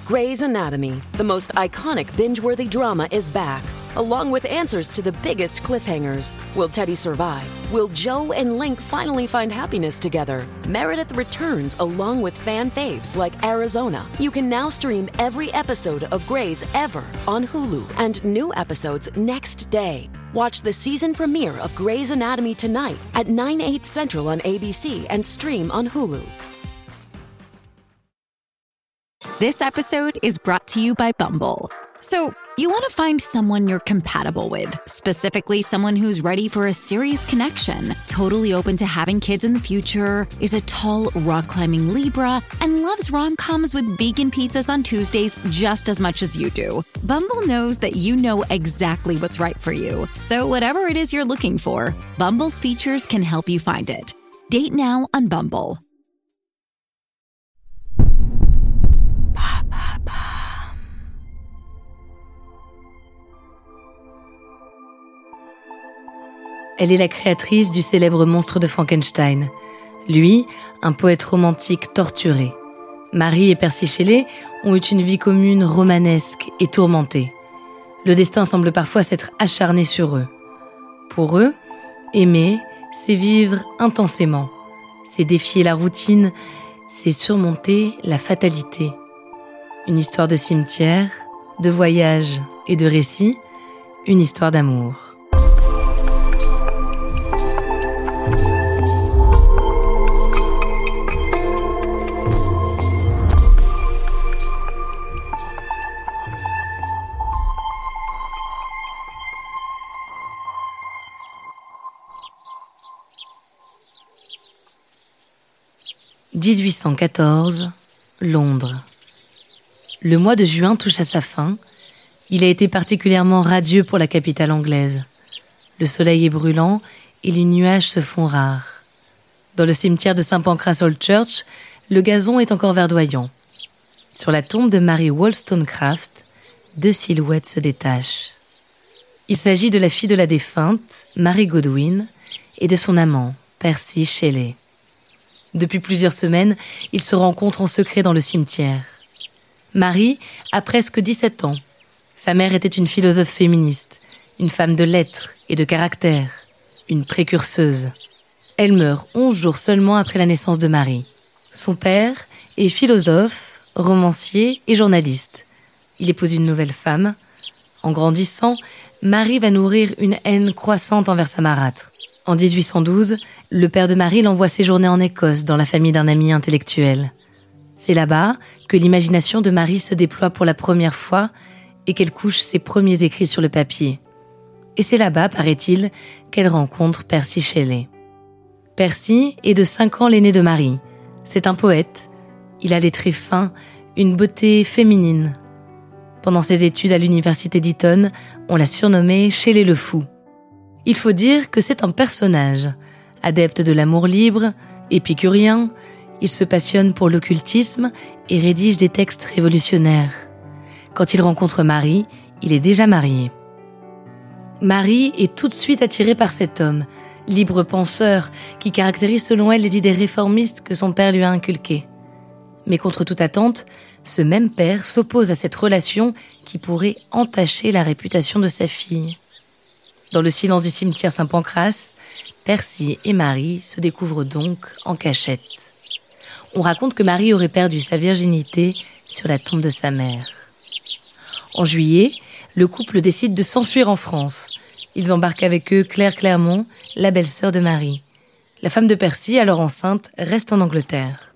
Grey's Anatomy, the most iconic binge-worthy drama, is back, along with answers to the biggest cliffhangers. Will Teddy survive? Will Joe and Link finally find happiness together? Meredith returns along with fan faves like Arizona. You can now stream every episode of Grey's ever on Hulu and new episodes next day. Watch the season premiere of Grey's Anatomy tonight at 9/8 Central on ABC and stream on Hulu. This episode is brought to you by Bumble. So, you want to find someone you're compatible with, specifically someone who's ready for a serious connection, totally open to having kids in the future, is a tall, rock-climbing Libra, and loves rom-coms with vegan pizzas on Tuesdays just as much as you do. Bumble knows that you know exactly what's right for you. So whatever it is you're looking for, Bumble's features can help you find it. Date now on Bumble. Elle est la créatrice du célèbre monstre de Frankenstein. Lui, un poète romantique torturé. Mary et Percy Shelley ont eu une vie commune romanesque et tourmentée. Le destin semble parfois s'être acharné sur eux. Pour eux, aimer, c'est vivre intensément. C'est défier la routine, c'est surmonter la fatalité. Une histoire de cimetière, de voyage et de récit, une histoire d'amour. « 1814, Londres. Le mois de juin touche à sa fin. Il a été particulièrement radieux pour la capitale anglaise. Le soleil est brûlant et les nuages se font rares. Dans le cimetière de St. Pancras Old Church, le gazon est encore verdoyant. Sur la tombe de Mary Wollstonecraft, 2 silhouettes se détachent. Il s'agit de la fille de la défunte, Mary Godwin, et de son amant, Percy Shelley. Depuis plusieurs semaines, ils se rencontrent en secret dans le cimetière. Mary a presque 17 ans. Sa mère était une philosophe féministe, une femme de lettres et de caractère, une précurseuse. Elle meurt 11 jours seulement après la naissance de Mary. Son père est philosophe, romancier et journaliste. Il épouse une nouvelle femme. En grandissant, Mary va nourrir une haine croissante envers sa marâtre. En 1812, le père de Mary l'envoie séjourner en Écosse dans la famille d'un ami intellectuel. C'est là-bas que l'imagination de Mary se déploie pour la première fois et qu'elle couche ses premiers écrits sur le papier. Et c'est là-bas, paraît-il, qu'elle rencontre Percy Shelley. Percy est de 5 ans l'aîné de Mary. C'est un poète. Il a les traits fins, une beauté féminine. Pendant ses études à l'université d'Eton, on l'a surnommé Shelley le fou. Il faut dire que c'est un personnage. Adepte de l'amour libre, épicurien, il se passionne pour l'occultisme et rédige des textes révolutionnaires. Quand il rencontre Mary, il est déjà marié. Mary est tout de suite attirée par cet homme, libre penseur, qui caractérise selon elle les idées réformistes que son père lui a inculquées. Mais contre toute attente, ce même père s'oppose à cette relation qui pourrait entacher la réputation de sa fille. Dans le silence du cimetière St. Pancras, Percy et Mary se découvrent donc en cachette. On raconte que Mary aurait perdu sa virginité sur la tombe de sa mère. En juillet, le couple décide de s'enfuir en France. Ils embarquent avec eux Claire Clermont, la belle-sœur de Mary. La femme de Percy, alors enceinte, reste en Angleterre.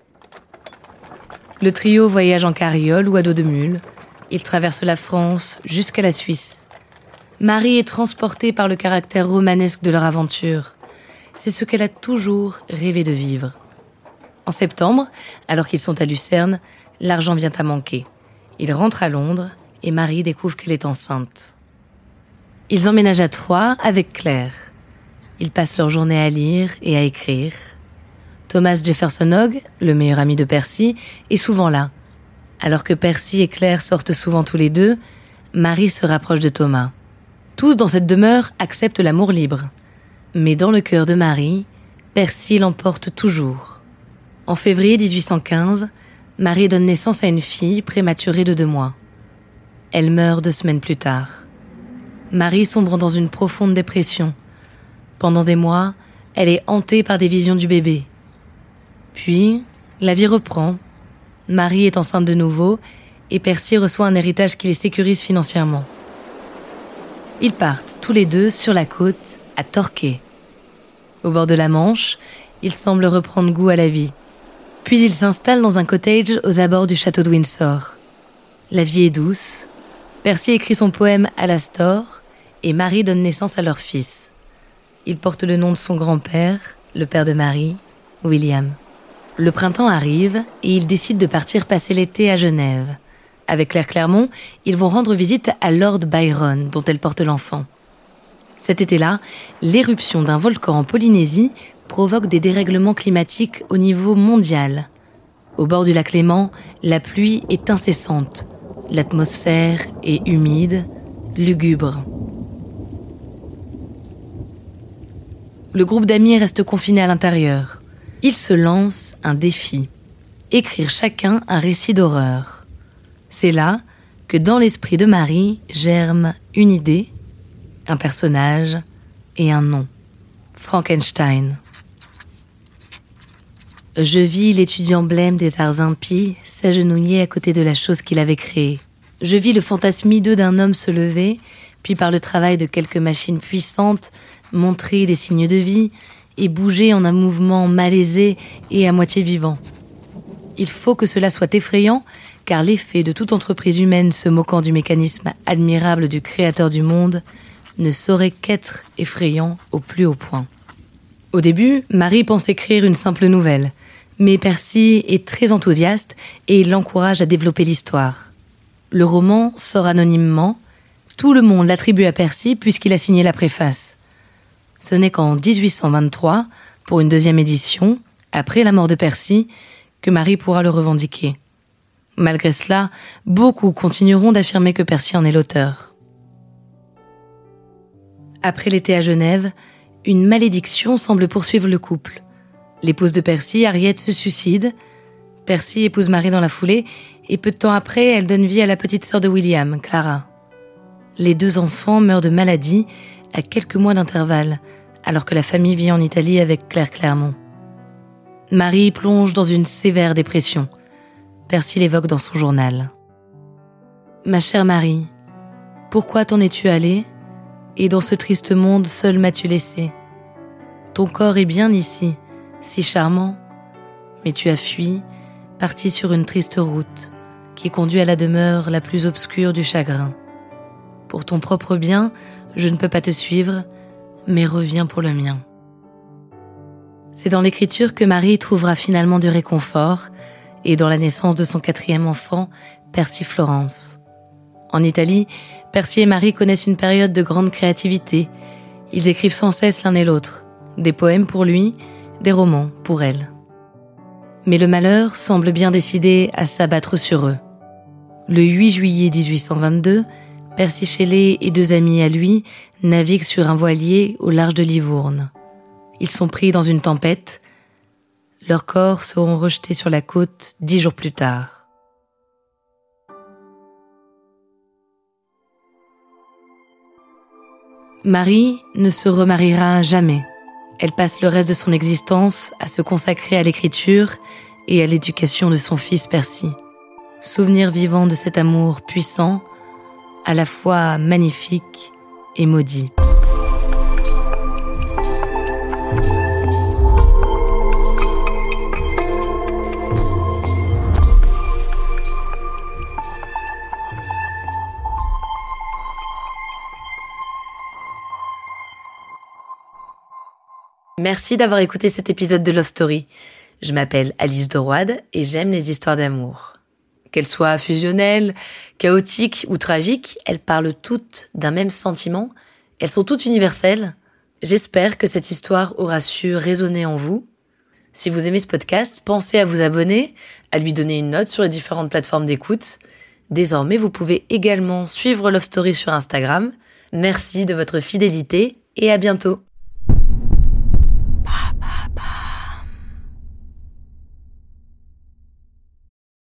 Le trio voyage en carriole ou à dos de mule. Ils traversent la France jusqu'à la Suisse. Mary est transportée par le caractère romanesque de leur aventure. C'est ce qu'elle a toujours rêvé de vivre. En septembre, alors qu'ils sont à Lucerne, l'argent vient à manquer. Ils rentrent à Londres et Mary découvre qu'elle est enceinte. Ils emménagent à Troyes avec Claire. Ils passent leur journée à lire et à écrire. Thomas Jefferson Hogg, le meilleur ami de Percy, est souvent là. Alors que Percy et Claire sortent souvent tous les deux, Mary se rapproche de Thomas. Tous dans cette demeure acceptent l'amour libre. Mais dans le cœur de Mary, Percy l'emporte toujours. En février 1815, Marie donne naissance à une fille prématurée de 2 mois. Elle meurt 2 semaines plus tard. Marie sombre dans une profonde dépression. Pendant des mois, elle est hantée par des visions du bébé. Puis, la vie reprend. Marie est enceinte de nouveau et Percy reçoit un héritage qui les sécurise financièrement. Ils partent tous les deux sur la côte, à Torquay. Au bord de la Manche, ils semblent reprendre goût à la vie. Puis ils s'installent dans un cottage aux abords du château de Windsor. La vie est douce. Percy écrit son poème Alastor et Marie donne naissance à leur fils. Il porte le nom de son grand-père, le père de Marie, William. Le printemps arrive et ils décident de partir passer l'été à Genève. Avec Claire Clermont, ils vont rendre visite à Lord Byron, dont elle porte l'enfant. Cet été-là, l'éruption d'un volcan en Polynésie provoque des dérèglements climatiques au niveau mondial. Au bord du lac Léman, la pluie est incessante. L'atmosphère est humide, lugubre. Le groupe d'amis reste confiné à l'intérieur. Ils se lancent un défi. Écrire chacun un récit d'horreur. C'est là que dans l'esprit de Marie germe une idée, un personnage et un nom. Frankenstein. Je vis l'étudiant blême des arts impies s'agenouiller à côté de la chose qu'il avait créée. Je vis le fantasme hideux d'un homme se lever, puis par le travail de quelques machines puissantes, montrer des signes de vie et bouger en un mouvement malaisé et à moitié vivant. Il faut que cela soit effrayant, car l'effet de toute entreprise humaine se moquant du mécanisme admirable du créateur du monde ne saurait qu'être effrayant au plus haut point. Au début, Marie pense écrire une simple nouvelle, mais Percy est très enthousiaste et il l'encourage à développer l'histoire. Le roman sort anonymement, tout le monde l'attribue à Percy puisqu'il a signé la préface. Ce n'est qu'en 1823, pour une 2e édition, après la mort de Percy, que Marie pourra le revendiquer. Malgré cela, beaucoup continueront d'affirmer que Percy en est l'auteur. Après l'été à Genève, une malédiction semble poursuivre le couple. L'épouse de Percy, Harriet, se suicide. Percy épouse Marie dans la foulée et peu de temps après, elle donne vie à la petite sœur de William, Clara. Les 2 enfants meurent de maladie à quelques mois d'intervalle, alors que la famille vit en Italie avec Claire Clermont. Marie plonge dans une sévère dépression. Percy l'évoque dans son journal. « Ma chère Marie, pourquoi t'en es-tu allée ? Et dans ce triste monde, seule m'as-tu laissée ? Ton corps est bien ici, si charmant, mais tu as fui, parti sur une triste route qui conduit à la demeure la plus obscure du chagrin. Pour ton propre bien, je ne peux pas te suivre, mais reviens pour le mien. » C'est dans l'écriture que Marie trouvera finalement du réconfort et dans la naissance de son 4e enfant, Percy Florence. En Italie, Percy et Marie connaissent une période de grande créativité. Ils écrivent sans cesse l'un et l'autre, des poèmes pour lui, des romans pour elle. Mais le malheur semble bien décidé à s'abattre sur eux. Le 8 juillet 1822, Percy Shelley et 2 amis à lui naviguent sur un voilier au large de Livourne. Ils sont pris dans une tempête. Leurs corps seront rejetés sur la côte 10 jours plus tard. Marie ne se remariera jamais. Elle passe le reste de son existence à se consacrer à l'écriture et à l'éducation de son fils Percy. Souvenir vivant de cet amour puissant, à la fois magnifique et maudit. Merci d'avoir écouté cet épisode de Love Story. Je m'appelle Alice de Roide et j'aime les histoires d'amour. Qu'elles soient fusionnelles, chaotiques ou tragiques, elles parlent toutes d'un même sentiment. Elles sont toutes universelles. J'espère que cette histoire aura su résonner en vous. Si vous aimez ce podcast, pensez à vous abonner, à lui donner une note sur les différentes plateformes d'écoute. Désormais, vous pouvez également suivre Love Story sur Instagram. Merci de votre fidélité et à bientôt.